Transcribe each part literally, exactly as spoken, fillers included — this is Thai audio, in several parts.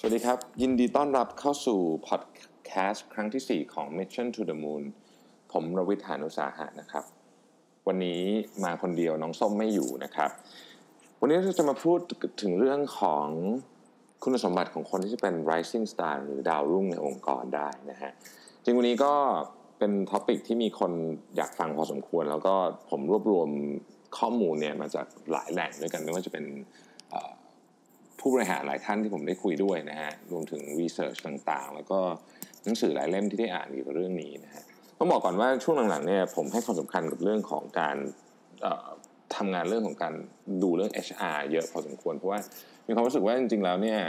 สวัสดีครับยินดีต้อนรับเข้าสู่พอดแคสต์ครั้งที่สี่ของ Mission to the Moon ผมรวิทย์ หาญอุตสาหะนะครับวันนี้มาคนเดียวน้องส้มไม่อยู่นะครับวันนี้เราจะมาพูดถึงเรื่องของคุณสมบัติของคนที่จะเป็น Rising Star หรือดาวรุ่งในองค์กรได้นะฮะจริงวันนี้ก็เป็นท็อปิกที่มีคนอยากฟังพอสมควรแล้วก็ผมรวบรวมข้อมูลเนี่ยมาจากหลายแหล่งด้วยกันไม่ว่าจะเป็นผู้บริหารหลายท่านที่ผมได้คุยด้วยนะฮะรวมถึงรีเสิร์ชต่างๆแล้วก็หนังสือหลายเล่มที่ได้อ่านเกี่ยวกับเรื่องนี้นะฮะต้องบอกก่อนว่าช่วงหลังๆเนี่ยผมให้ความสำคัญกับเรื่องของการทำงานเรื่องของการดูเรื่อง เอช อาร์ เยอะพอสมควรเพราะว่ามีความรู้สึกว่าจริงๆแล้วเนี่ย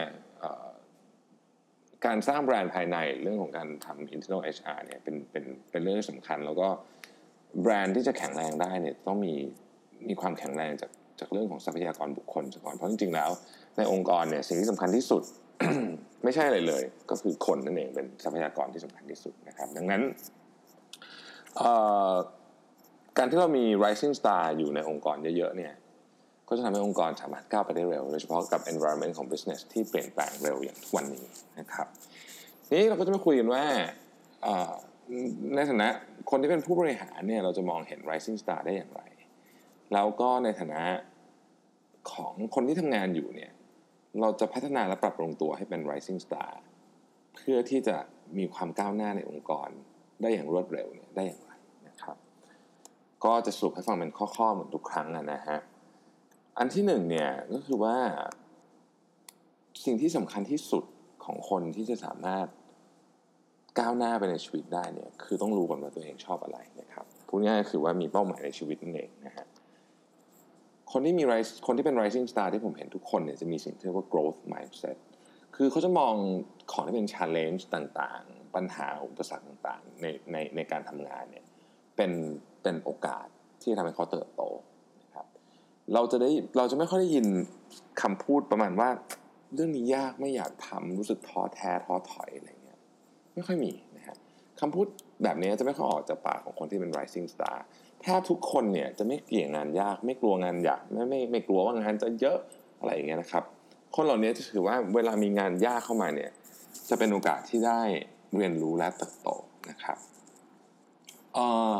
การสร้างแบรนด์ภายในเรื่องของการทำ internal เอช อาร์ เนี่ยเป็นเป็นเป็นเรื่องสำคัญแล้วก็แบรนด์ที่จะแข็งแรงได้เนี่ยต้องมีมีความแข็งแรงจากจากเรื่องของทรัพยากรบุคคลก่อนเพราะจริงๆแล้วในองค์กรเนี่ยสิ่งที่สำคัญที่สุด ไม่ใช่อะไรเลยก็คือคนนั่นเองเป็นทรัพยากรที่สำคัญที่สุดนะครับดังนั้นการที่เรามี rising star อยู่ในองค์กรเยอะๆเนี่ยก็จะทำให้องค์กรสามารถก้าวไปได้เร็วโดยเฉพาะกับ environment ของ business ที่เปลี่ยนแปลงเร็วอย่างทุกวันนี้นะครับนี้เราก็จะมาคุยกันว่าในฐานะคนที่เป็นผู้บริหารเนี่ยเราจะมองเห็น rising star ได้อย่างไรแล้วก็ในฐานะของคนที่ทำงานอยู่เนี่ยเราจะพัฒนาและปรับปรุงตัวให้เป็น rising star เพื่อที่จะมีความก้าวหน้าในองค์กรได้อย่างรวดเร็วเนี่ยได้อย่างไรนะครับก็จะสรุปให้ฟังเป็นข้อๆเหมือนทุกครั้งนะฮะอันที่หนึ่งเนี่ยก็คือว่าสิ่งที่สำคัญที่สุดของคนที่จะสามารถก้าวหน้าไปในชีวิตได้เนี่ยคือต้องรู้ก่อนว่าตัวเองชอบอะไรนะครับพูดง่ายๆคือว่ามีเป้าหมายในชีวิตนั่นเองนะฮะคนที่มี rise คนที่เป็น rising star ที่ผมเห็นทุกคนเนี่ยจะมีสิ่งที่เรียกว่า growth mindset คือเขาจะมองของที่เป็น challenge ต่างๆปัญหาอุปสรรคต่างๆในในในการทำงานเนี่ยเป็นเป็นโอกาสที่ทำให้เขาเติบโตนะครับเราจะได้เราจะไม่ค่อยได้ยินคำพูดประมาณว่าเรื่องนี้ยากไม่อยากทำรู้สึกท้อแท้ท้อถอยอะไรเงี้ยไม่ค่อยมีนะฮะคำพูดแบบนี้จะไม่ค่อยออกจากปากของคนที่เป็น rising starแทบทุกคนเนี่ยจะไม่เกลียดงานยากไม่กลัวงานยากไม่ไม่ไม่กลัวว่างานจะเยอะอะไรอย่างเงี้ยนะครับคนเหล่านี้จะถือว่าเวลามีงานยากเข้ามาเนี่ยจะเป็นโอกาสที่ได้เรียนรู้และเติบโตนะครับเอ่อ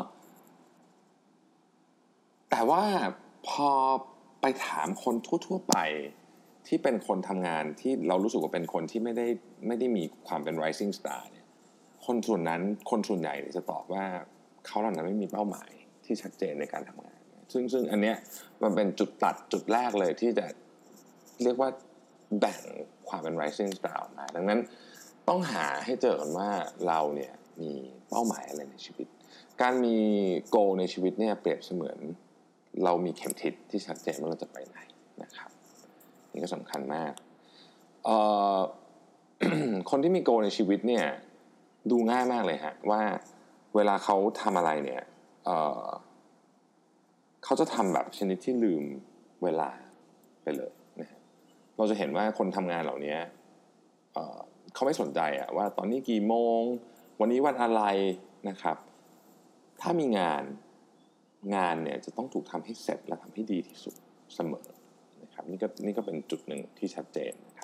แต่ว่าพอไปถามคนทั่วๆไปที่เป็นคนทำงานที่เรารู้สึกว่าเป็นคนที่ไม่ได้ไม่ได้มีความเป็น rising star เนี่ยคนส่วนนั้นคนส่วนใหญ่จะตอบว่าเขาเหล่านั้นไม่มีเป้าหมายที่ชัดเจนในการทำงานซึ่งซึ่งอันเนี้ยมันเป็นจุดตัดจุดแรกเลยที่จะเรียกว่าแบ่งความเป็น rising star ออกมาดังนั้นต้องหาให้เจอกันว่าเราเนี่ยมีเป้าหมายอะไรในชีวิตการมี goal ในชีวิตเนี่ยเปรียบเสมือนเรามีเข็มทิศที่ชัดเจนว่าเราจะไปไหนนะครับนี่ก็สำคัญมากเอ่อ คนที่มี goal ในชีวิตเนี่ยดูง่ายมากเลยฮะว่าเวลาเขาทำอะไรเนี่ยเอ่อเขาจะทำแบบชนิดที่ลืมเวลาไปเลยนะฮะเราจะเห็นว่าคนทำงานเหล่านี้เอ่อเขาไม่สนใจอะว่าตอนนี้กี่โมงวันนี้วันอะไรนะครับถ้ามีงานงานเนี่ยจะต้องถูกทำให้เสร็จและทำให้ดีที่สุดเสมอนะครับนี่ก็นี่ก็เป็นจุดหนึ่งที่ชัดเจนนะครับ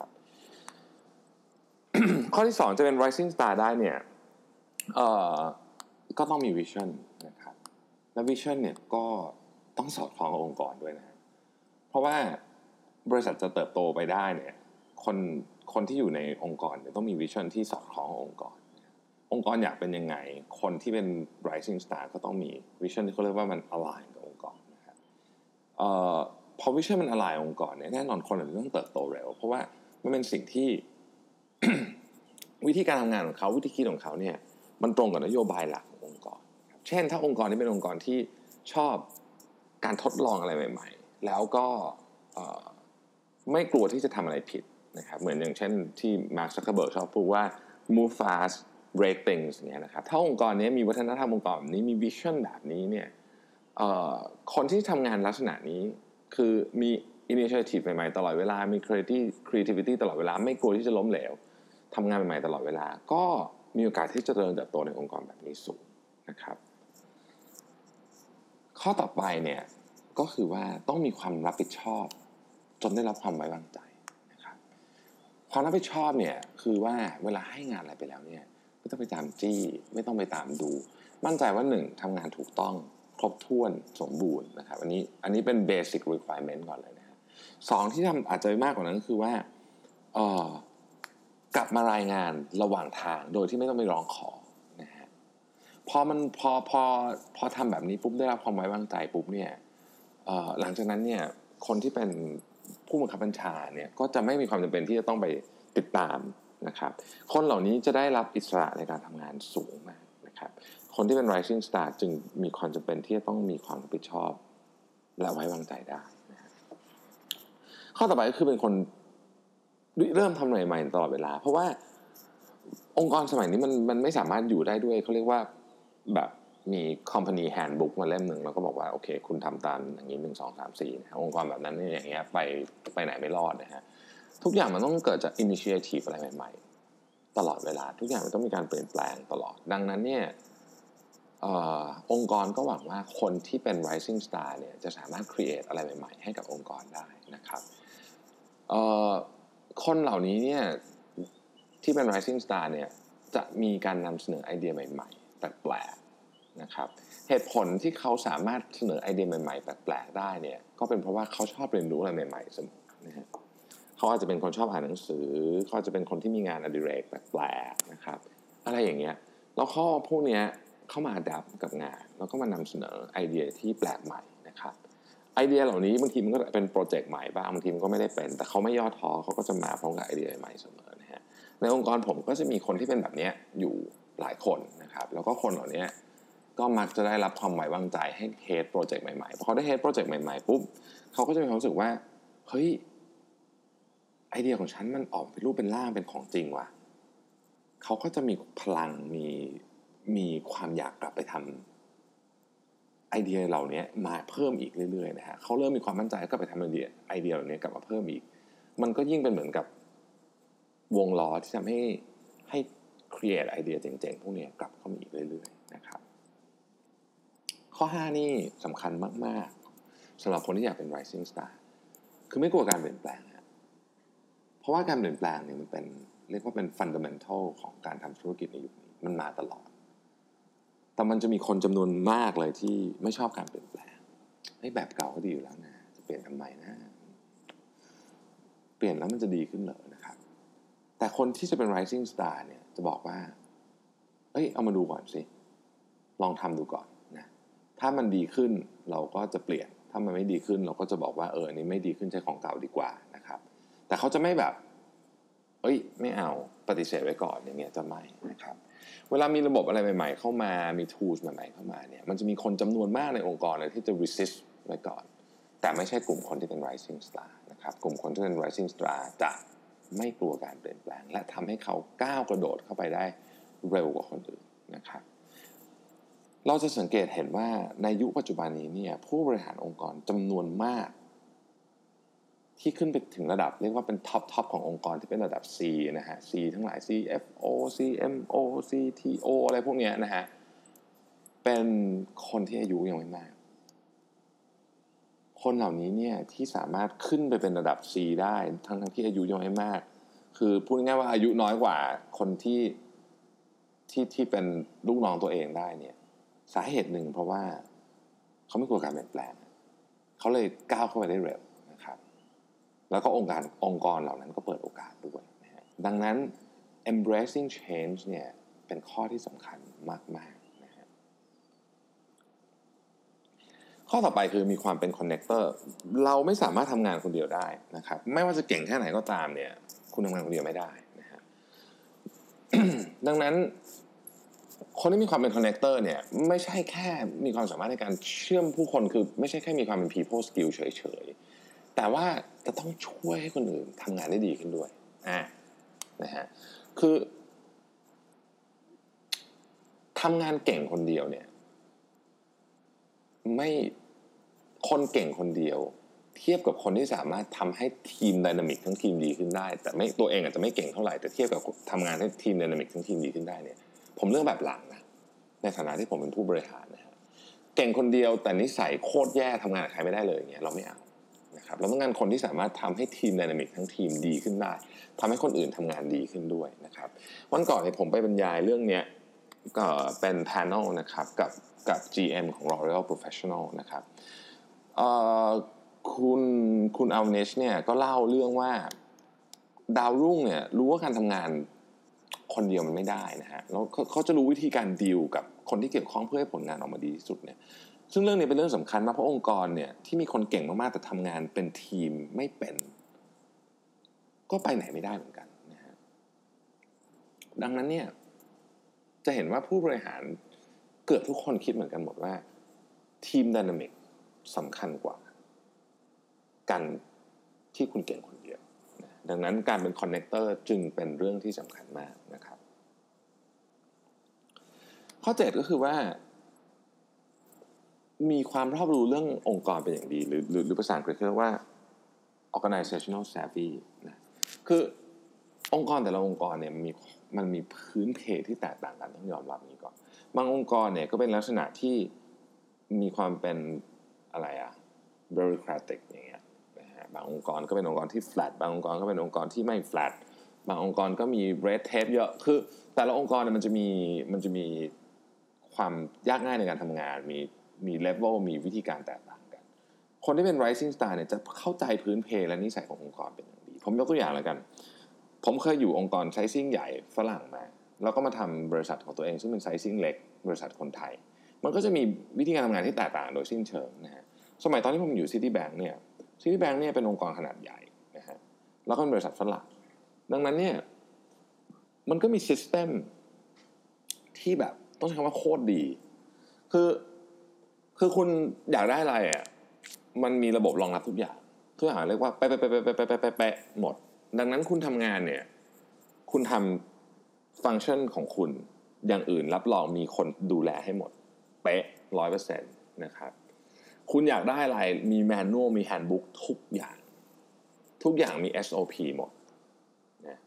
ข้อที่สองจะเป็น rising star ได้เนี่ยเอ่อก็ต้องมี vision นะครับและ vision เนี่ยก็ต้องสอดคล้องกับองค์กรด้วยนะเพราะว่าบริษัทจะเติบโตไปได้เนี่ยคนคนที่อยู่ในองค์กรเนี่ยต้องมี vision ที่สอดคล้องกับองค์กรองค์กรอยากเป็นยังไงคนที่เป็น rising star ก็ต้องมี vision ที่เขาเรียกว่ามัน align กับองค์กรนะครับเอ่อพอ vision มัน align องค์กรเนี่ยแน่นอนคนจะต้องเติบโตเร็วเพราะว่ามันเป็นสิ่งที่ วิธีการทำงานของเขาวิธีคิดของเขาเนี่ยมันตรงกับนโยบายหลักขององค์กรเช่นถ้าองค์กรที่เป็นองค์กรที่ชอบการทดลองอะไรใหม่ๆแล้วก็ไม่กลัวที่จะทำอะไรผิดนะครับเหมือนอย่างเช่นที่มาร์ค ซักเคอร์เบิร์กชอบพูดว่า move fast break things เนี่ยนะครับถ้าองค์กรนี้มีวัฒนธรรมองค์กรแบบนี้มีวิชั่นแบบนี้เนี่ยคนที่ทำงานลักษณะนี้คือมี initiative ใหม่ๆตลอดเวลามี creativity ตลอดเวลาไม่กลัวที่จะล้มเหลวทำงานใหม่ๆตลอดเวลาก็มีโอกาสที่จะเจริญเติบโตในองค์กรแบบนี้สูงนะครับข้อต่อไปเนี่ยก็คือว่าต้องมีความรับผิดชอบจนได้รับความไว้วางใจนะครับคความรับผิดชอบเนี่ยคือว่าเวลาให้งานอะไรไปแล้วเนี่ยไม่ต้องไปตามจี้ไม่ต้องไปตามดูมั่นใจว่าหนึ่งทำงานถูกต้องครบถ้วนสมบูรณ์นะครับอันนี้อันนี้เป็น basic requirement ก่อนเลยนะสองที่ทำอาจจะมากกว่านั้นก็คือว่าเอ่อกลับมารายงานระหว่างทางโดยที่ไม่ต้องไปร้องขอนะฮะพอมันพอพอพอทำแบบนี้ปุ๊บได้รับความไว้วางใจปุ๊บเนี่ยเอ่อหลังจากนั้นเนี่ยคนที่เป็นผู้บังคับบัญชาเนี่ยก็จะไม่มีความจำเป็นที่จะต้องไปติดตามนะครับคนเหล่านี้จะได้รับอิสระในการทำงานสูงมากนะครับคนที่เป็น rising star จึงมีความจำเป็นที่จะต้องมีความรับผิดชอบและไว้วางใจได้นะข้อต่อไปก็คือเป็นคนเริ่มทำใหม่ๆตลอดเวลาเพราะว่าองค์กรสมัยนี้มันมันไม่สามารถอยู่ได้ด้วยเขาเรียกว่าแบบมี company handbook มาเล่มหนึ่งแล้วก็บอกว่าโอเคคุณทำตามอย่างนี้หนึ่งสองสามสี่นะองค์กรแบบนั้นเนี่ยอย่างเงี้ยไปไปไหนไม่รอดนะฮะทุกอย่างมันต้องเกิดจาก initiative อะไรใหม่ๆตลอดเวลาทุกอย่างมันต้องมีการเปลี่ยนแปลงตลอดดังนั้นเนี่ยเอ่อองค์กรก็หวังว่าคนที่เป็น rising star เนี่ยจะสามารถ create อะไรใหม่ๆให้กับองค์กรได้นะครับเอ่อคนเหล่านี้เนี่ยที่เป็น rising star เนี่ยจะมีการนำเสนอไอเดียใหม่ๆแปลกๆนะครับเหตุผลที่เขาสามารถเสนอไอเดียใหม่ๆแปลกๆได้เนี่ยก็เป็นเพราะว่าเขาชอบเรียนรู้อะไรใหม่ๆเสมอนะฮะเขาอาจจะเป็นคนชอบอ่านหนังสือเขาอาจจะเป็นคนที่มีงานอดิเรกแปลกๆนะครับอะไรอย่างเงี้ยแล้วข้อพวกเนี้ยเข้ามาดับกับงานแล้วก็มานำเสนอไอเดียที่แปลกใหม่นะครับไอเดียเหล่านี้บางทีมันก็เป็นโปรเจกต์ใหม่บ้างบางทีมันก็ไม่ได้เป็นแต่เขาไม่ย่อท้อเขาก็จะมาพร้อมกับไอเดียใหม่เสมอนะฮะในองค์กรผมก็จะมีคนที่เป็นแบบนี้อยู่หลายคนนะครับแล้วก็คนเหล่านี้ก็มักจะได้รับความไว้วางใจให้เฮดโปรเจกต์ใหม่ๆพอเขาได้เฮดโปรเจกต์ใหม่ๆปุ๊บเขาก็จะมีความรู้สึกว่าเฮ้ยไอเดียของฉันมันออกเป็นรูปเป็นร่างเป็นของจริงว่ะเขาก็จะมีพลังมีมีความอยากกลับไปทำไอเดียเหล่านี้มาเพิ่มอีกเรื่อยๆนะฮะเขาเริ่มมีความมั่นใจก็ไปทำไอเดียไอเดียเหล่านี้กลับมาเพิ่มอีกมันก็ยิ่งเป็นเหมือนกับวงล้อที่ทำให้ให้ create ไอเดียเจ๋งๆพวกนี้กลับเข้ามาอีกเรื่อยๆนะครับข้อห้านี่สำคัญมากๆสำหรับคนที่อยากเป็น rising star คือไม่กลัวการเปลี่ยนแปลงนะเพราะว่าการเปลี่ยนแปลงเนี่ยมันเป็นเรียกว่าเป็น fundamental ของการทำธุรกิจในยุคนี้มันมาตลอดแต่มันจะมีคนจำนวนมากเลยที่ไม่ชอบการเปลี่ยนแปลงให้แบบเก่าก็ดีอยู่แล้วนะจะเปลี่ยนทำไมนะเปลี่ยนแล้วมันจะดีขึ้นเหรอนะครับแต่คนที่จะเป็น rising star เนี่ยจะบอกว่าเอ้ยเอามาดูก่อนสิลองทำดูก่อนนะถ้ามันดีขึ้นเราก็จะเปลี่ยนถ้ามันไม่ดีขึ้นเราก็จะบอกว่าเอออันนี้ไม่ดีขึ้นใช้ของเก่าดีกว่านะครับแต่เขาจะไม่แบบเอ้ยไม่เอาปฏิเสธไว้ก่อนอย่างเงี้ยจะไม่นะครับเวลามีระบบอะไรใหม่ๆเข้ามามี tools ใหม่ๆเข้ามาเนี่ยมันจะมีคนจำนวนมากในองค์กรเลยที่จะ resist ไว้ก่อนแต่ไม่ใช่กลุ่มคนที่เป็น rising star นะครับกลุ่มคนที่เป็น rising star จะไม่กลัวการเปลี่ยนแปลงและทำให้เขาก้าวกระโดดเข้าไปได้เร็วกว่าคนอื่นนะครับเราจะสังเกตเห็นว่าในยุคปัจจุบันนี้เนี่ยผู้บริหารองค์กรจำนวนมากที่ขึ้นไปถึงระดับเรียกว่าเป็นท็อปท็อปขององค์กรที่เป็นระดับ C นะฮะ C ทั้งหลาย ซี เอฟ โอ ซี เอ็ม โอ ซี ที โอ อะไรพวกนี้นะฮะเป็นคนที่อายุยังไม่มากคนเหล่านี้เนี่ยที่สามารถขึ้นไปเป็นระดับ C ได้ทั้งทั้งที่อายุยังไม่มากคือพูดง่ายๆว่าอายุน้อยกว่าคนที่ที่ที่เป็นลูกน้องตัวเองได้เนี่ยสาเหตุหนึ่งเพราะว่าเขาไม่กลัวการเปลี่ยนแปลงเขาเลยก้าวเข้าไปได้เร็วนะครับแล้วก็องค์การองค์กรเหล่านั้นก็เปิดโอกาสด้วยนะฮะดังนั้น embracing change เนี่ยเป็นข้อที่สำคัญมากๆนะฮะข้อต่อไปคือมีความเป็น connector เราไม่สามารถทำงานคนเดียวได้นะครับไม่ว่าจะเก่งแค่ไหนก็ตามเนี่ยคุณทำงานคนเดียวไม่ได้นะฮะ ดังนั้นคนที่มีความเป็น connector เนี่ยไม่ใช่แค่มีความสามารถในการเชื่อมผู้คนคือไม่ใช่แค่มีความเป็น people skill เฉยๆแต่ว่าจะต้องช่วยให้คนอื่นทำงานได้ดีขึ้นด้วยอ่านะฮะคือทำงานเก่งคนเดียวเนี่ยไม่คนเก่งคนเดียวเทียบกับคนที่สามารถทำให้ทีมไดนามิกทั้งทีมดีขึ้นได้แต่ไม่ตัวเองอาจจะไม่เก่งเท่าไหร่แต่เทียบกับทำงานให้ทีมไดนามิกทั้งทีมดีขึ้นได้เนี่ยผมเลือกแบบหลังนะในฐานะที่ผมเป็นผู้บริหารนะฮะเก่งคนเดียวแต่นิสัยโคตรแย่ทำงานกับใครไม่ได้เลยอย่างเงี้ยเราไม่เอานะครับนะครับเราต้องการคนที่สามารถทำให้ทีมไดนามิกทั้งทีมดีขึ้นได้ทำให้คนอื่นทำงานดีขึ้นด้วยนะครับวันก่อนเนี่ยผมไปบรรยายเรื่องนี้ก็เป็น panel นะครับกับกับ จี เอ็ม ของ L'Oreal Professional นะครับคุณคุณอัลเนชเนี่ยก็เล่าเรื่องว่าดาวรุ่งเนี่ยรู้ว่าการทำงานคนเดียวมันไม่ได้นะฮะแล้วเขาจะรู้วิธีการดีลกับคนที่เกี่ยวข้องเพื่อให้ผลงานออกมาดีที่สุดเนี่ยซึ่งเรื่องนี้เป็นเรื่องสำคัญมากเพราะองค์กรเนี่ยที่มีคนเก่งมากๆแต่ทำงานเป็นทีมไม่เป็นก็ไปไหนไม่ได้เหมือนกันนะฮะดังนั้นเนี่ยจะเห็นว่าผู้บริหารเกือบทุกคนคิดเหมือนกันหมดว่าทีมไดนามิกสำคัญกว่ากันที่คุณเก่งคนเดียวนะดังนั้นการเป็นคอนเนคเตอร์จึงเป็นเรื่องที่สำคัญมากนะครับข้อเจ็ดก็คือว่ามีความรอบรู้เรื่ององค์กรเป็นอย่างดีหรือหรือหรือภาษาอังกฤษเรียกว่า organizational savvy นะคือองค์กรแต่ละองค์กรเนี่ยมันมีมันมีพื้นเพที่แตกต่างกันต้องยอมรับนี้ก่อนบางองค์กรเนี่ยก็เป็นลักษณะที่มีความเป็นอะไรอะ bureaucratic อย่างเงี้ยนะฮะบางองค์กรก็เป็นองค์กรที่ flat บางองค์กรก็เป็นองค์กรที่ไม่ flat บางองค์กรก็มี red tape เยอะคือแต่ละองค์กรเนี่ยมันจะมีมันจะมีความยากง่ายในการทำงานมีมี level มีวิธีการแตกต่างกันคนที่เป็น rising star เนี่ยจะเข้าใจพื้นเพและนิสัยขององค์กรเป็นอย่างดีผมยกตัวอย่างแล้วกันผมเคยอยู่องค์กรไซซิ่งใหญ่ฝรั่งมาแล้วก็มาทำบริษัทของตัวเองซึ่งเป็นไซซิ่งเล็กบริษัทคนไทยมันก็จะมีวิธีการทำงานที่แตกต่างโดยสิ้นเชิงนะฮะสมัยตอนที่ผมอยู่ Citibank เนี่ย Citibank เนี่ยเป็นองค์กรขนาดใหญ่นะฮะแล้วก็เป็นบริษัทฝรั่งดังนั้นเนี่ยมันก็มีซิสเต็มที่แบบต้องใช้คำว่าโคตรดีคือคือคุณอยากได้อะไรอ่ะมันมีระบบรองรับทุกอย่างทุกอย่างเรียกว่าไปไปไปไปไปไปไปไปหมดดังนั้นคุณทำงานเนี่ยคุณทำฟังก์ชันของคุณอย่างอื่นรับรองมีคนดูแลให้หมดเป๊ะ ร้อยเปอร์เซ็นต์ นะครับคุณอยากได้อะไรมีแมนนวลมีแฮนด์บุ๊กทุกอย่างทุกอย่างมี เอส โอ พี หมดนะ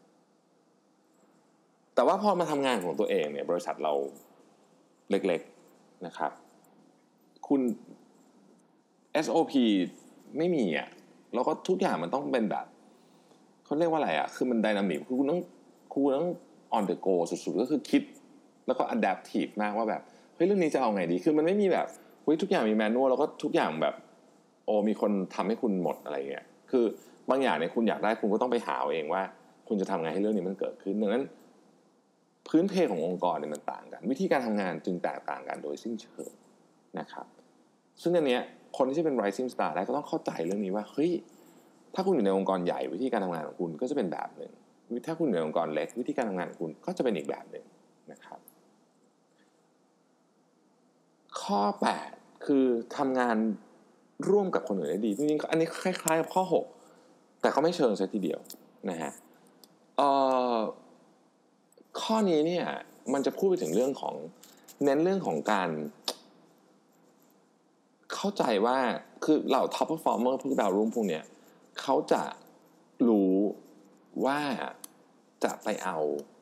แต่ว่าพอมาทำงานของตัวเองเนี่ยบริษัทเราเล็กๆนะครับคุณ เอส โอ พี ไม่มีอ่ะแล้วก็ทุกอย่างมันต้องเป็นแบบเขาเรียกว่าอะไรอ่ะคือมันไดนามิกคือคุณต้องคุณต้อง on the go สุดๆก็คือคิดแล้วก็ adaptive มากว่าแบบเฮ้ยเรื่องนี้จะเอาไงดีคือมันไม่มีแบบเฮ้ยทุกอย่างมีแมนนวลแล้วก็ทุกอย่างแบบโอ้มีคนทำให้คุณหมดอะไรเงี้ยคือบางอย่างเนี่ยคุณอยากได้คุณก็ต้องไปหาเองว่าคุณจะทำไงให้เรื่องนี้มันเกิดขึ้นดังนั้นพื้นเพขององค์กรเนี่ยมันต่างกันวิธีการทำงานจึงแตกต่างกันโดยสิ้นเชิงนะครับซึ่งอันเนี้ยคนที่จะเป็น rising star ได้ก็ต้องเข้าใจเรื่องนี้ว่าเฮ้ยถ้าคุณอยู่ในองค์กรใหญ่วิธีการทำงานของคุณก็จะเป็นแบบหนึ่งถ้าคุณอยู่ในองค์กรเล็กวิธีการทำงานของคุณก็จะเป็นอีกแบบหนึ่งนะครับข้อแปดคือทำงานร่วมกับคนอื่นได้ดีจริงๆอันนี้คล้ายๆกับข้อหกแต่เขาไม่เชิงซะทีเดียวนะฮะเอ่อข้อนี้เนี่ยมันจะพูดไปถึงเรื่องของเน้นเรื่องของการเข้าใจว่าคือเหล่า top performer พวกดาวรุ่งพวกเนี้ยเขาจะรู้ว่าจะไปเอา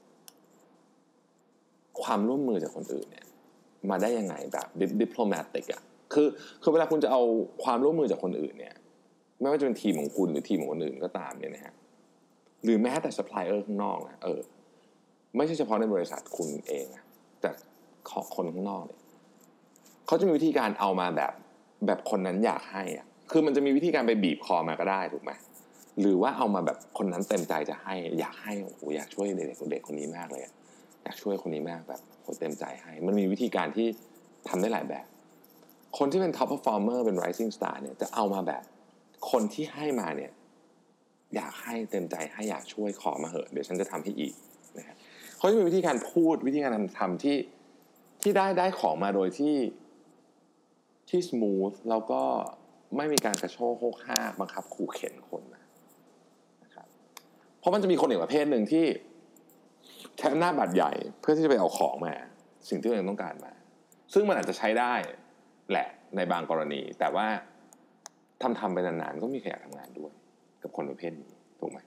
ความร่วมมือจากคนอื่นเนี่ยมาได้ยังไงแบบ diplomatic อ่ะคือคือเวลาคุณจะเอาความร่วมมือจากคนอื่นเนี่ยไม่ว่าจะเป็นทีมของคุณหรือทีมของคนอื่นก็ตามเนี่ยนะฮะหรือแม้แต่ supplier ข้างนอกนะเออไม่ใช่เฉพาะในบริษัทคุณเองนะแต่คนข้างนอกเนี่ยเขาจะมีวิธีการเอามาแบบแบบคนนั้นอยากให้อ่ะคือมันจะมีวิธีการไปบีบคอมาก็ได้ถูกไหมหรือว่าเอามาแบบคนนั้นเต็มใจจะให้อยากให้โอ้โหอยากช่วยเด็กคนเด็กคนนี้มากเลยอยากช่วยคนนี้มากแบบโหเต็มใจให้มันมีวิธีการที่ทำได้หลายแบบคนที่เป็น top performer เป็น rising star เนี่ยจะเอามาแบบคนที่ให้มาเนี่ยอยากให้เต็มใจให้อยากช่วยขอมาเหอะเดี๋ยวฉันจะทำให้อีกนะครับเขาจะมีวิธีการพูดวิธีการทำที่ที่ได้ได้ของมาโดยที่ที่ smooth แล้วก็ไม่มีการกระโชกโฮกฮากบังคับขู่เข็นคนนะครับเพราะมันจะมีคนอีกประเภทหนึ่งที่ใช้อำนาจบาดใหญ่เพื่อที่จะไปเอาของมาสิ่งที่ตัวเองต้องการมาซึ่งมันอาจจะใช้ได้แหละในบางกรณีแต่ว่าทำทำไปนานๆก็มีใครอยากทำงานด้วยกับคนประเภทนี้ถูกไหม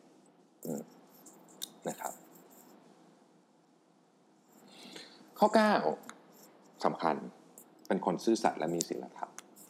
นะครับข้อเก้าสำคัญเป็นคนซื่อสัตย์และมีศีลธรรม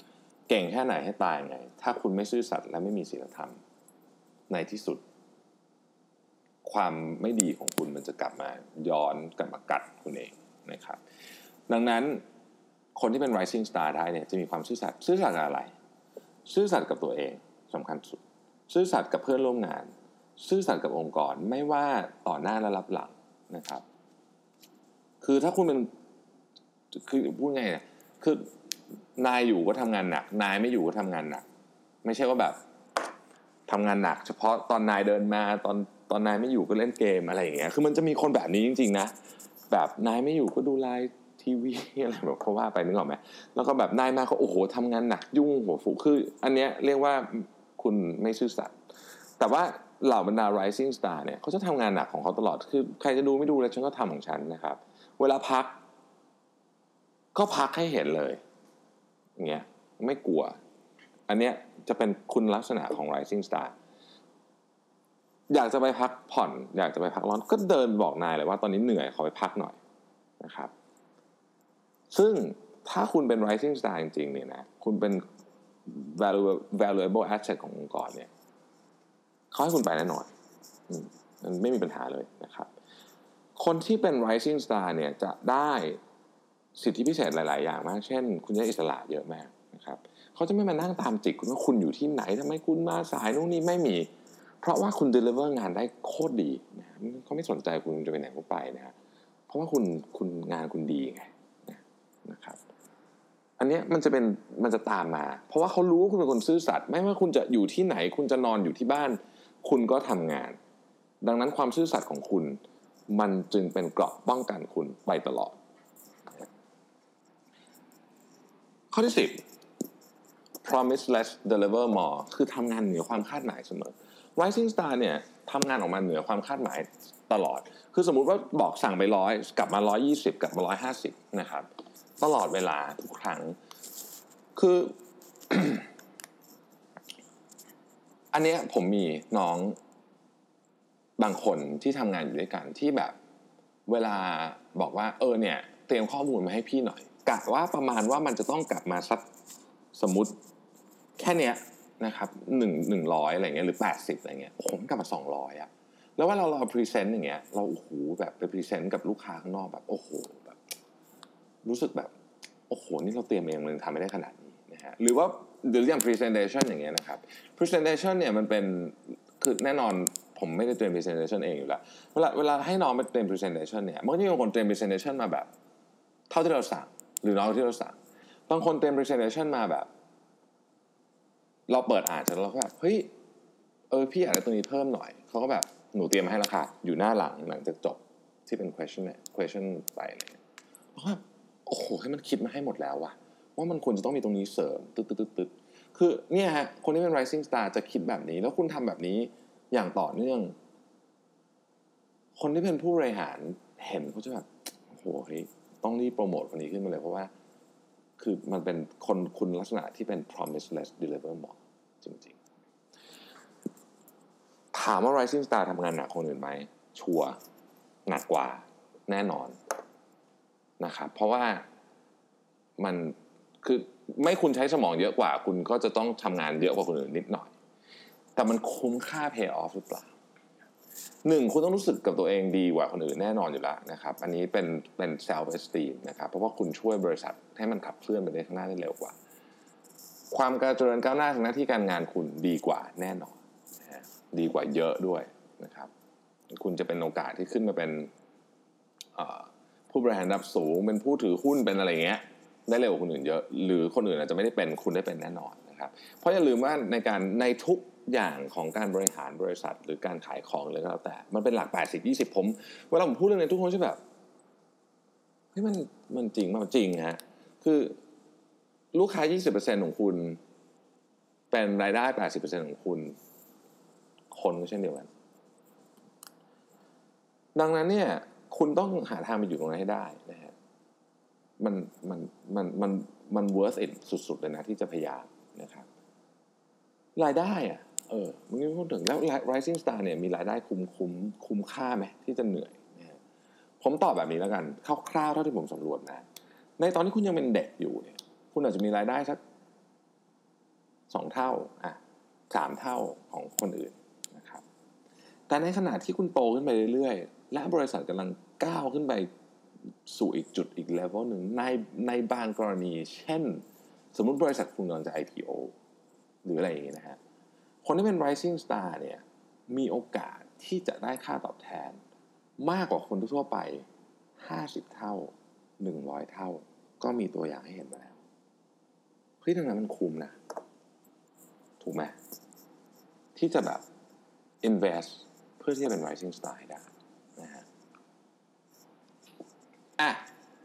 เก่งแค่ไหนให้ตายไงถ้าคุณไม่ซื่อสัตย์และไม่มีศีลธรรมในที่สุดความไม่ดีของคุณมันจะกลับมาย้อนกลับมากัดคุณเองนะครับดังนั้นคนที่เป็น rising star ได้เนี่ยจะมีความซื่อสัตย์ซื่อสัตย์กับอะไรซื่อสัตย์กับตัวเองสำคัญสุดซื่อสัตย์กับเพื่อนร่วมงานซื่อสัตย์กับองค์กรไม่ว่าต่อหน้าและรับหลังนะครับคือถ้าคุณเป็นคือพูดไงเนี่ยคือนายอยู่ก็ทำงานหนักนายไม่อยู่ก็ทำงานหนักไม่ใช่ว่าแบบทำงานหนักเฉพาะตอนนายเดินมาตอนตอนนายไม่อยู่ก็เล่นเกมอะไรอย่างเงี้ยคือมันจะมีคนแบบนี้จริงๆนะแบบนายไม่อยู่ก็ดูไลน์ทีวีอะไรแบบเขาว่าไปนึกออกไหมแล้วก็แบบนายมาก็โอ้โหทำงานหนักยุ่งหัวฟูคืออันเนี้ยเรียกว่าคุณไม่ซื่อสัตย์แต่ว่าเหล่าบรรดา rising star เนี่ยเขาจะทำงานหนักของเขาตลอดคือใครจะดูไม่ดูเลยฉันก็ทำของฉันนะครับเวลาพักก็พักให้เห็นเลยอย่างเงี้ยไม่กลัวอันเนี้ยจะเป็นคุณลักษณะของ rising star อยากจะไปพักผ่อนอยากจะไปพักร้อนก็เดินบอกนายเลยว่าตอนนี้เหนื่อยขอไปพักหน่อยนะครับซึ่งถ้าคุณเป็น rising star จริงๆเนี่ยนะคุณเป็น valuable valuable asset ขององค์กรเนี่ยเขาให้คุณไปแน่นอนมันไม่มีปัญหาเลยนะครับคนที่เป็น rising star เนี่ยจะได้สิทธิพิเศษหลายๆอย่างมากเช่นคุณได้อิสระเยอะมากนะครับเขาจะไม่มานั่งตามจิกคุณว่าคุณอยู่ที่ไหนทำไมคุณมาสายนู่นนี่ไม่มีเพราะว่าคุณ deliver งานได้โคตรดีนะเขาไม่สนใจคุณจะไปไหนก็ไปนะฮะเพราะว่าคุณคุณงานคุณดีไงนะครับอันนี้มันจะเป็นมันจะตามมาเพราะว่าเขารู้ว่าคุณเป็นคนซื่อสัตย์ไม่ว่าคุณจะอยู่ที่ไหนคุณจะนอนอยู่ที่บ้านคุณก็ทำงานดังนั้นความซื่อสัตย์ของคุณมันจึงเป็นเกราะป้องกันคุณไปตลอดข้อที่สิบ promise less deliver more คือทำงานเหนือความคาดหมายเสมอ rising star เนี่ยทำงานออกมาเหนือความคาดหมายตลอดคือสมมุติว่าบอกสั่งไปร้อยกลับมาร้อยยี่สิบกลับมาร้อยห้าสิบนะครับตลอดเวลาทุกครั้งคือ อันเนี้ยผมมีน้องบางคนที่ทำงานอยู่ด้วยกันที่แบบเวลาบอกว่าเออเนี่ยเตรียมข้อมูลมาให้พี่หน่อยกะว่าประมาณว่ามันจะต้องกลับมาสักสมมุติแค่เนี้ยนะครับหนึ่งหนึ่งร้อยอะไรเงี้ยหรือแปดสิบอะไรเงี้ยผมกลับมาสองร้อยอะแล้วว่าเราเราพรีเซนต์อย่างเงี้ยเราโอ้โหแบบไปพรีเซนต์กับลูกค้าข้างนอกแบบโอ้โหแบบรู้สึกแบบโอ้โหนี่เราเตรียมเองมันทำไม่ได้ขนาดนี้นะฮะหรือว่าหรืออย่าง presentation อย่างเงี้ยนะครับ presentation เนี่ยมันเป็นคือแน่นอนผมไม่ได้เตรียม presentation เองอยู่แล้วเวลาเวลาให้น้องไปเตรียม presentation เนี่ยบางทีบางคนเตรียม presentation มาแบบเท่าที่เราสั่งหรือน้องที่เราสั่งบางคนเตรียม presentation มาแบบเราเปิดอ่านเสร็จแล้วเราก็แบบเฮ้ยเออพี่อยากได้ตรงนี้เพิ่มหน่อยเขาก็แบบหนูเตรียมมาให้แล้วค่ะอยู่หน้าหลังหลังจากจบที่เป็น question เนี่ย question ไปอะไรเงี้ยเพราะว่าโอ้โหให้มันคิดมาให้หมดแล้วว่ะว่ามันควรจะต้องมีตรงนี้เสริมตึ๊ดตึ๊ดตึ๊ดคือเนี่ยฮะคนที่เป็น rising star จะคิดแบบนี้แล้วคุณทำแบบนี้อย่างต่อเนื่องคนที่เป็นผู้บริหารเห็นเขาจะแบบโอ้โหเฮ้ยต้องรีบโปรโมทคนนี้ขึ้นมาเลยเพราะว่าคือมันเป็นคนคุณลักษณะที่เป็น promise less deliver more จริงๆถามว่า rising star ทำงานหนักคนอื่นไหมชัวร์หนักกว่าแน่นอนนะครับเพราะว่ามันคือไม่คุณใช้สมองเยอะกว่าคุณก็จะต้องทำงานเยอะกว่าคนอื่นนิดหน่อยแต่มันคุ้มค่า pay off หรือเปล่าหนึ่งคุณต้องรู้สึกกับตัวเองดีกว่าคนอื่นแน่นอนอยู่แล้วนะครับอันนี้เป็นเป็น self esteem นะครับเพราะว่าคุณช่วยบริษัทให้มันขับเคลื่อนไปได้ข้างหน้าได้เร็วกว่าความการเจริญก้าวหน้าทางหน้าที่การงานคุณดีกว่าแน่นอนนะดีกว่าเยอะด้วยนะครับคุณจะเป็นโอกาสที่ขึ้นมาเป็นผู้บริหารระดับสูงเป็นผู้ถือหุ้นเป็นอะไรเงี้ยได้เร็วกว่าคนอื่นเยอะหรือคนอื่นอาจจะไม่ได้เป็นคุณได้เป็นแน่นอนนะครับเพราะอย่าลืมว่าในการในทุกอย่างของการบริหารบริษัทหรือการขายของหรือก็แล้วแต่มันเป็นหลักแปดสิบ ยี่สิบผมเวลาผมพูดเรื่องนี้ทุกคนจะแบบเฮ้ยมันมันจริงมั้ยจริงฮะคือลูกค้า ยี่สิบเปอร์เซ็นต์ ของคุณเป็นรายได้ แปดสิบเปอร์เซ็นต์ ของคุณคนก็เช่นเดียวกันดังนั้นเนี่ยคุณต้องหาทางไปอยู่ตรงนั้นให้ได้นะฮะมันมันมันมันมัน worth it สุดๆเลยนะที่จะพยายามนะครับรายได้อ่ะเออมึงนี่พูดถึงแล้ว rising star เนี่ยมีรายได้คุ้มคุ้มคุ้มค่าไหมที่จะเหนื่อยนะฮะผมตอบแบบนี้แล้วกันคร่าวๆเท่าที่ผมสำรวจนะในตอนที่คุณยังเป็นเด็กอยู่เนี่ยคุณอาจจะมีรายได้สักสองเท่าอ่ะสามเท่าของคนอื่นนะครับแต่ในขณะที่คุณโตขึ้นไปเรื่อยๆและบริษัทกำลังก้าวขึ้นไปสู่อีกจุดอีกเลเวลหนึ่งในในบางกรณีเช่นสมมุติบริษัทคุณกำลังจะ ไอ พี โอ หรืออะไรอย่างงี้นะฮะคนที่เป็น rising star เนี่ยมีโอกาสที่จะได้ค่าตอบแทนมากกว่าคนทั่วไปห้าสิบเท่าหนึ่งร้อยเท่าก็มีตัวอย่างให้เห็นมาแล้วเฮ้ยดังนั้นมันคุ้มนะถูกไหมที่จะแบบ invest เพื่อที่จะเป็น rising star ให้ได้นะฮะอ่ะ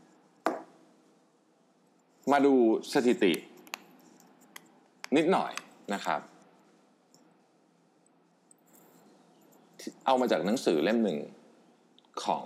มาดูสถิตินิดหน่อยนะครับเอามาจากหนังสือเล่มหนึ่งของ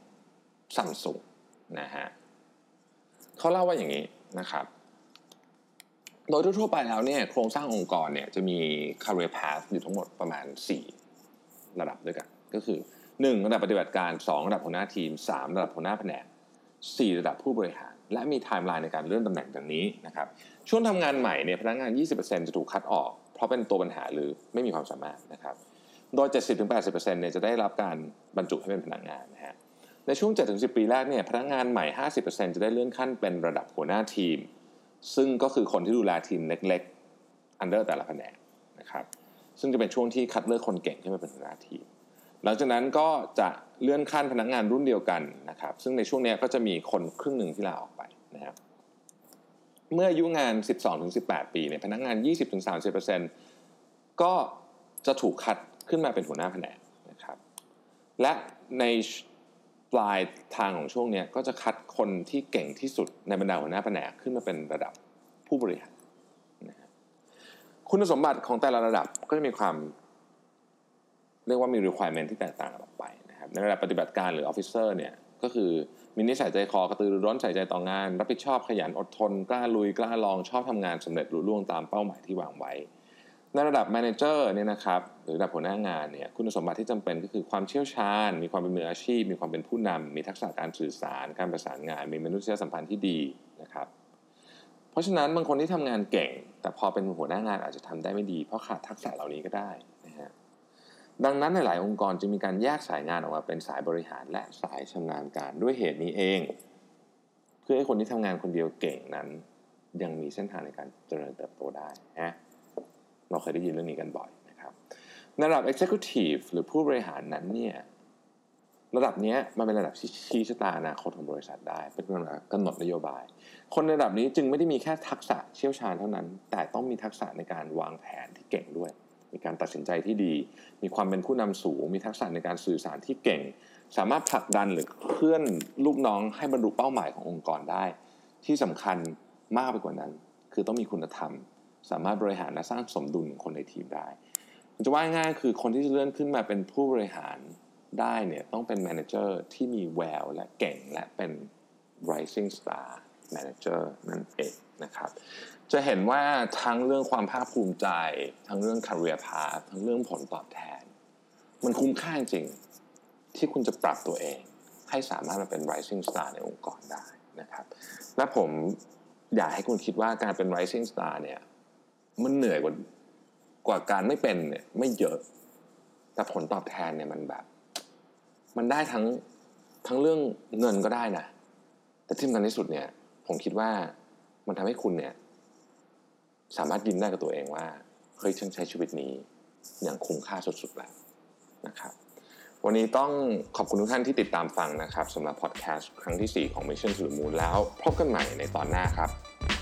Samsung นะฮะเขาเล่าว่าอย่างนี้นะครับโดยทั่วๆไปแล้วเนี่ยโครงสร้างองค์กรเนี่ยจะมี career path อยู่ทั้งหมดประมาณสี่ระดับด้วยกันก็คือหนึ่งระดับปฏิบัติการสองระดับหัวหน้าทีมสามระดับหัวหน้าแผนกสี่ระดับผู้บริหารและมีไทม์ไลน์ในการเลื่อนตำแหน่งดังนี้นะครับช่วงทำงานใหม่เนี่ยพนักงาน ยี่สิบเปอร์เซ็นต์ จะถูกคัดออกเพราะเป็นตัวปัญหาหรือไม่มีความสามารถนะครับโดย เจ็ดสิบถึงแปดสิบเปอร์เซ็นต์ เนี่ยจะได้รับการบรรจุให้เป็นพนักงานนะฮะในช่วง เจ็ดถึงสิบ ปีแรกเนี่ยพนักงานใหม่ ห้าสิบเปอร์เซ็นต์ จะได้เลื่อนขั้นเป็นระดับหัวหน้าทีมซึ่งก็คือคนที่ดูแลทีมเล็กๆ under แต่ละแผนกนะครับซึ่งจะเป็นช่วงที่คัดเลือกคนเก่งขึ้นมาเป็นหัวหน้าทีมหลังจากนั้นก็จะเลื่อนขั้นพนักงานรุ่นเดียวกันนะครับซึ่งในช่วงนี้ก็จะมีคนครึ่งหนึ่งที่ลาออกไปนะครับเมื่ออายุงาน สิบสองถึงสิบแปด ปีเนี่ยพนักงาน ยี่สิบถึงสามสิบเปอร์เซ็นต์ ก็จะถูกคัดขึ้นมาเป็นหัวหน้าแผนกนะครับและในปลายทางของช่วงนี้ก็จะคัดคนที่เก่งที่สุดในบรรดาหัวหน้าแผนกขึ้นมาเป็นระดับผู้บริหารนะฮะคุณสมบัติของแต่ละระดับก็จะมีความเรียกว่ามี requirement ที่แตกต่างกันออกไปนะครับในระดับปฏิบัติการหรือ officer เนี่ยก็คือมีนิสัยใจคอกระตือรือร้นใส่ใจต่องานรับผิดชอบขยันอดทนกล้าลุยกล้าลองชอบทำงานสำเร็จลุล่วงตามเป้าหมายที่วางไว้ในระดับ manager เนี่ยนะครับหรือระดับหัวหน้างานเนี่ยคุณสมบัติที่จำเป็นก็คือความเชี่ยวชาญมีความเป็นมืออาชีพมีความเป็นผู้นำมีทักษะการสื่อสารการประสานงานมีมนุษยสัมพันธ์ที่ดีนะครับเพราะฉะนั้นบางคนที่ทำงานเก่งแต่พอเป็นหัวหน้างานอาจจะทำได้ไม่ดีเพราะขาดทักษะเหล่านี้ก็ได้นะฮะดังนั้นในหลายองค์กรจึงมีการแยกสายงานออกมาเป็นสายบริหารและสายชำนาญการด้วยเหตุนี้เองเพื่อให้คนที่ทำงานคนเดียวเก่งนั้นยังมีเส้นทางในการเจริญเติบโตได้นะเราเคยได้ยินเรื่องนี้กันบ่อยนะครับในระดับ Executive หรือผู้บริหารนั้นเนี่ยระดับนี้มันเป็นระดับที่ชี้ชะตาอนาคตของบริษัทได้เป็นระดับกำหนดนโยบายคนในระดับนี้จึงไม่ได้มีแค่ทักษะเชี่ยวชาญเท่านั้นแต่ต้องมีทักษะในการวางแผนที่เก่งด้วยมีการตัดสินใจที่ดีมีความเป็นผู้นำสูงมีทักษะในการสื่อสารที่เก่งสามารถผลักดันหรือเคลื่อนลูกน้องให้บรรลุเป้าหมายขององค์กรได้ที่สำคัญมากไปกว่านั้นคือต้องมีคุณธรรมสามารถบริหารและสร้างสมดุลคนในทีมได้มันจะว่าง่ายคือคนที่จะเลื่อนขึ้นมาเป็นผู้บริหารได้เนี่ยต้องเป็นแมเนเจอร์ที่มีแววและเก่งและเป็น rising star manager นั่นเองนะครับจะเห็นว่าทั้งเรื่องความภาคภูมิใจทั้งเรื่อง career path ทั้งเรื่องผลตอบแทนมันคุ้มค่าจริงที่คุณจะปรับตัวเองให้สามารถมาเป็น rising star ในองค์กรได้นะครับและผมอยากให้คุณคิดว่าการเป็น rising star เนี่ยมันเหนื่อยกว่ากว่าการไม่เป็นเนี่ยไม่เยอะแต่ผลตอบแทนเนี่ยมันแบบมันได้ทั้งทั้งเรื่องเงินก็ได้นะแต่ที่สำคัญที่สุดเนี่ยผมคิดว่ามันทำให้คุณเนี่ยสามารถยิ้มได้กับตัวเองว่าเฮ้ยฉันใช้ชีวิตนี้อย่างคุ้มค่าสุดๆแล้วนะครับวันนี้ต้องขอบคุณทุกท่านที่ติดตามฟังนะครับสำหรับพอดแคสต์ครั้งที่สี่ของ Mission to the Moon แล้วพบกันใหม่ในตอนหน้าครับ